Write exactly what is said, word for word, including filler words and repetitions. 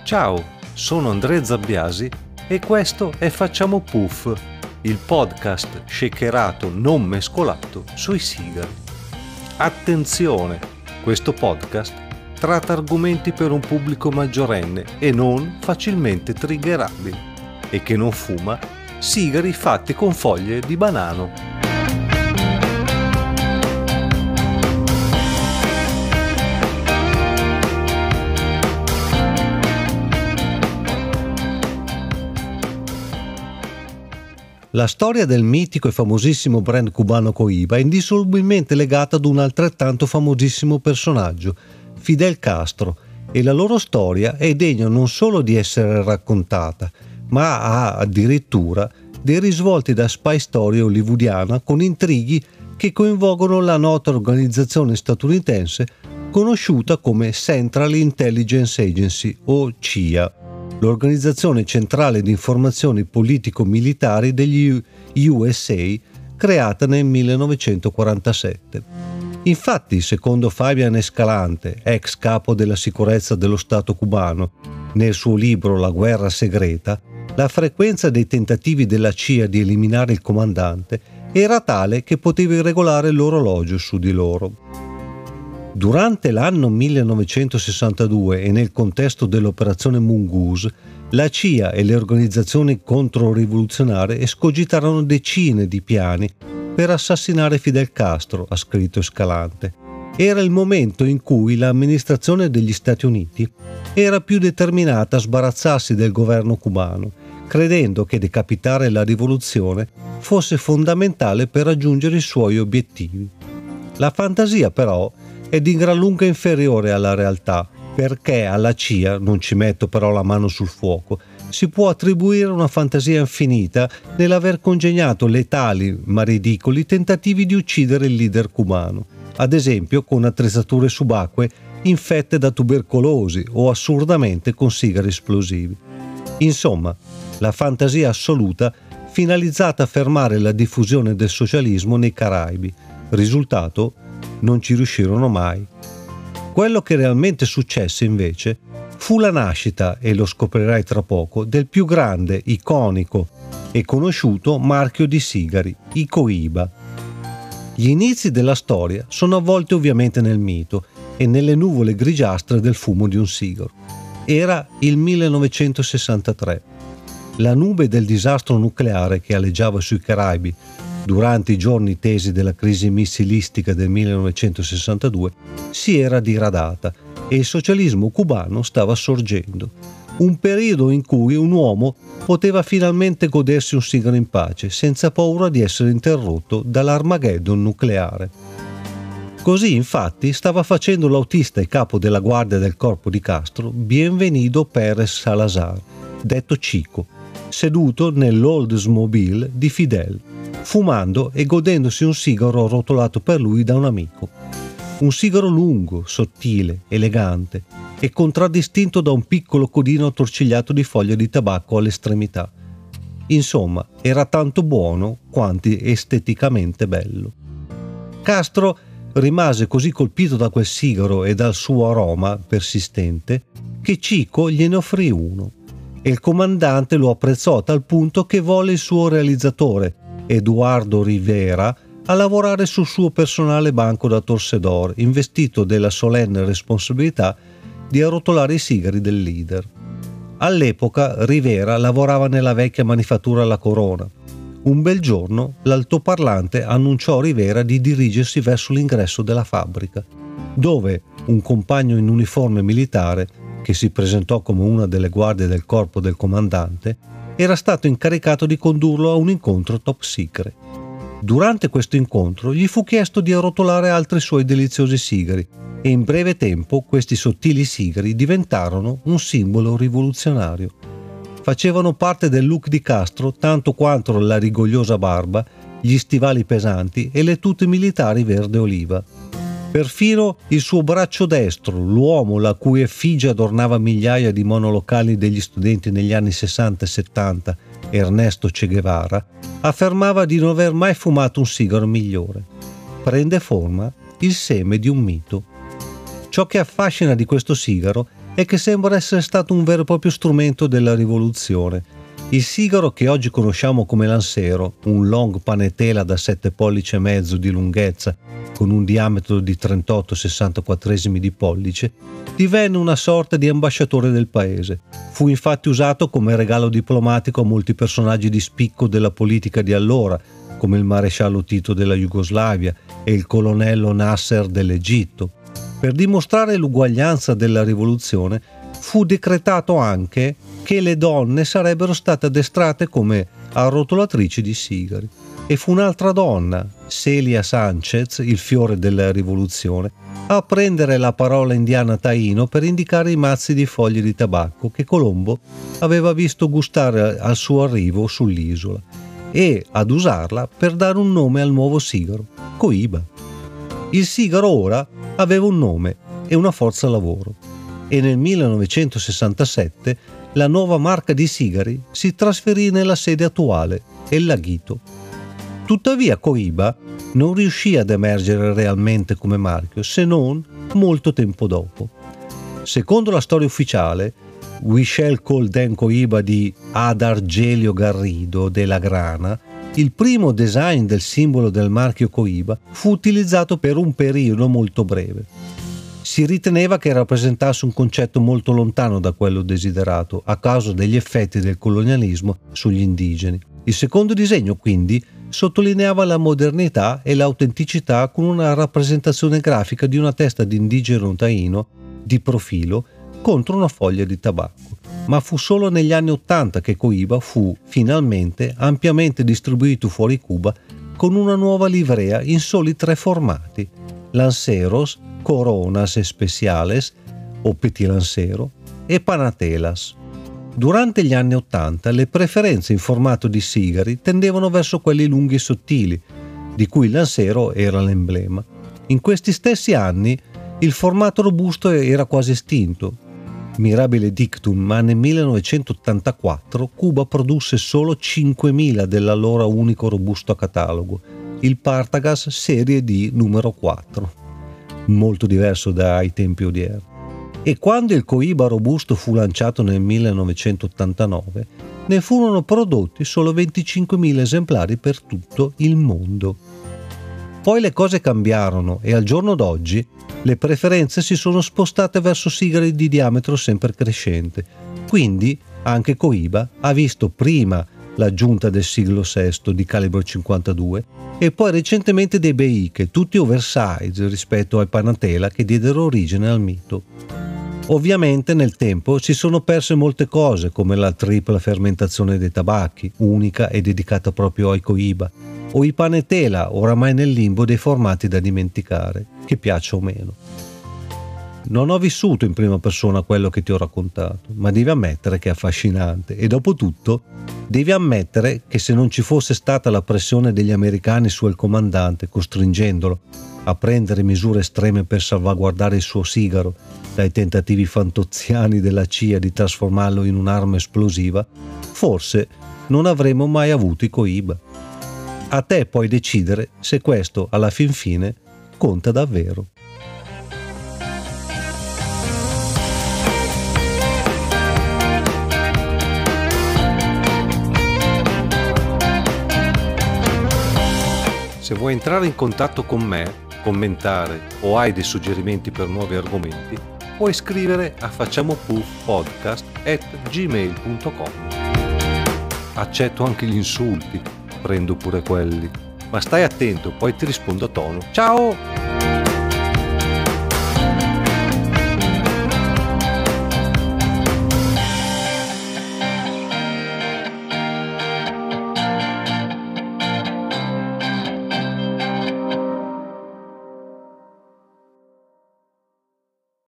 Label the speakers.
Speaker 1: Ciao, sono Andrea Zabbiasi e questo è Facciamo Puff, il podcast shakerato non mescolato sui sigari. Attenzione, questo podcast tratta argomenti per un pubblico maggiorenne e non facilmente triggerabili e che non fuma sigari fatti con foglie di banano. La storia del mitico e famosissimo brand cubano Cohiba è indissolubilmente legata ad un altrettanto famosissimo personaggio, Fidel Castro, e la loro storia è degna non solo di essere raccontata, ma ha addirittura dei risvolti da spy story hollywoodiana con intrighi che coinvolgono la nota organizzazione statunitense conosciuta come Central Intelligence Agency o C I A. L'Organizzazione Centrale di Informazioni Politico-Militari degli U S A, creata nel millenovecentoquarantasette. Infatti, secondo Fabian Escalante, ex capo della sicurezza dello Stato cubano, nel suo libro La guerra segreta, la frequenza dei tentativi della C I A di eliminare il comandante era tale che poteva irregolare l'orologio su di loro. Durante l'anno millenovecentosessantadue e nel contesto dell'operazione Mongoose, la C I A e le organizzazioni controrivoluzionarie escogitarono decine di piani per assassinare Fidel Castro, ha scritto Escalante. Era il momento in cui l'amministrazione degli Stati Uniti era più determinata a sbarazzarsi del governo cubano, credendo che decapitare la rivoluzione fosse fondamentale per raggiungere i suoi obiettivi. La fantasia, però, è di gran lunga inferiore alla realtà, perché alla C I A, non ci metto però la mano sul fuoco, si può attribuire una fantasia infinita nell'aver congegnato letali ma ridicoli tentativi di uccidere il leader cubano, ad esempio con attrezzature subacquee infette da tubercolosi o assurdamente con sigari esplosivi. Insomma, la fantasia assoluta finalizzata a fermare la diffusione del socialismo nei Caraibi. Risultato? Non ci riuscirono mai. Quello che realmente successe invece fu la nascita, e lo scoprirai tra poco, del più grande, iconico e conosciuto marchio di sigari, i Cohiba. Gli inizi della storia sono avvolti ovviamente nel mito e nelle nuvole grigiastre del fumo di un sigaro. Era il millenovecentosessantatré. La nube del disastro nucleare che aleggiava sui Caraibi durante i giorni tesi della crisi missilistica del millenovecentosessantadue si era diradata e il socialismo cubano stava sorgendo. Un periodo in cui un uomo poteva finalmente godersi un sigaro in pace, senza paura di essere interrotto dall'Armageddon nucleare. Così, infatti, stava facendo l'autista e capo della guardia del corpo di Castro, Bienvenido Pérez Salazar, detto Chico, seduto nell'Oldsmobile di Fidel, fumando e godendosi un sigaro rotolato per lui da un amico. Un sigaro lungo, sottile, elegante e contraddistinto da un piccolo codino attorcigliato di foglie di tabacco all'estremità. Insomma, era tanto buono quanto esteticamente bello. Castro rimase così colpito da quel sigaro e dal suo aroma persistente che Chico gliene offrì uno e il comandante lo apprezzò a tal punto che volle il suo realizzatore, Eduardo Rivera, a lavorare sul suo personale banco da torcedor, investito della solenne responsabilità di arrotolare i sigari del leader. All'epoca Rivera lavorava nella vecchia manifattura La Corona. Un bel giorno l'altoparlante annunciò a Rivera di dirigersi verso l'ingresso della fabbrica, dove un compagno in uniforme militare, che si presentò come una delle guardie del corpo del comandante, era stato incaricato di condurlo a un incontro top secret. Durante questo incontro gli fu chiesto di arrotolare altri suoi deliziosi sigari e in breve tempo questi sottili sigari diventarono un simbolo rivoluzionario. Facevano parte del look di Castro tanto quanto la rigogliosa barba, gli stivali pesanti e le tute militari verde oliva. Perfino il suo braccio destro, l'uomo la cui effigie adornava migliaia di monolocali degli studenti negli anni sessanta e settanta, Ernesto Che Guevara, affermava di non aver mai fumato un sigaro migliore. Prende forma il seme di un mito. Ciò che affascina di questo sigaro è che sembra essere stato un vero e proprio strumento della rivoluzione. Il sigaro che oggi conosciamo come lansero, un long panetela da sette pollici e mezzo di lunghezza con un diametro di trentotto sessantaquattresimi di pollice, divenne una sorta di ambasciatore del paese. Fu infatti usato come regalo diplomatico a molti personaggi di spicco della politica di allora, come il maresciallo Tito della Jugoslavia e il colonnello Nasser dell'Egitto. Per dimostrare l'uguaglianza della rivoluzione, fu decretato anche che le donne sarebbero state addestrate come arrotolatrici di sigari. E fu un'altra donna, Celia Sanchez, il fiore della rivoluzione, a prendere la parola indiana taino per indicare i mazzi di foglie di tabacco che Colombo aveva visto gustare al suo arrivo sull'isola e ad usarla per dare un nome al nuovo sigaro, Cohiba. Il sigaro ora aveva un nome e una forza lavoro e nel millenovecentosessantasette la nuova marca di sigari si trasferì nella sede attuale, El Laguito. Tuttavia Cohiba non riuscì ad emergere realmente come marchio se non molto tempo dopo. Secondo la storia ufficiale, We Shall Call Them Cohiba di Ad Argelio Garrido della Grana, il primo design del simbolo del marchio Cohiba fu utilizzato per un periodo molto breve. Si riteneva che rappresentasse un concetto molto lontano da quello desiderato a causa degli effetti del colonialismo sugli indigeni. Il secondo disegno, quindi, sottolineava la modernità e l'autenticità con una rappresentazione grafica di una testa di indigeno taino di profilo contro una foglia di tabacco. Ma fu solo negli anni Ottanta che Cohiba fu finalmente ampiamente distribuito fuori Cuba con una nuova livrea in soli tre formati: Lanceros, Coronas Especiales o Petit Lancero e Panatelas. Durante gli anni Ottanta le preferenze in formato di sigari tendevano verso quelli lunghi e sottili, di cui il Lancero era l'emblema. In questi stessi anni il formato robusto era quasi estinto. Mirabile dictum, ma nel millenovecentottantaquattro Cuba produsse solo cinquemila dell'allora unico robusto a catalogo, il Partagas Serie D numero quattro, molto diverso dai tempi odierni. E quando il Cohiba robusto fu lanciato nel millenovecentottantanove, ne furono prodotti solo venticinquemila esemplari per tutto il mondo. Poi le cose cambiarono e al giorno d'oggi le preferenze si sono spostate verso sigari di diametro sempre crescente. Quindi anche Cohiba ha visto prima l'aggiunta del siglo sesto di calibro cinquantadue e poi recentemente dei Beike, tutti oversize rispetto ai Panatela che diedero origine al mito. Ovviamente nel tempo si sono perse molte cose come la tripla fermentazione dei tabacchi, unica e dedicata proprio ai Cohiba, o i Panetela, oramai nel limbo dei formati da dimenticare, che piaccia o meno. Non ho vissuto in prima persona quello che ti ho raccontato, ma devi ammettere che è affascinante e dopo tutto devi ammettere che se non ci fosse stata la pressione degli americani su il comandante costringendolo a prendere misure estreme per salvaguardare il suo sigaro dai tentativi fantoziani della C I A di trasformarlo in un'arma esplosiva, forse non avremmo mai avuto i Cohiba. A te puoi decidere se questo alla fin fine conta davvero. Se vuoi entrare in contatto con me, commentare o hai dei suggerimenti per nuovi argomenti, puoi scrivere a facciamopuffpodcast at gmail punto com. Accetto anche gli insulti, prendo pure quelli, ma stai attento, poi ti rispondo a tono. Ciao!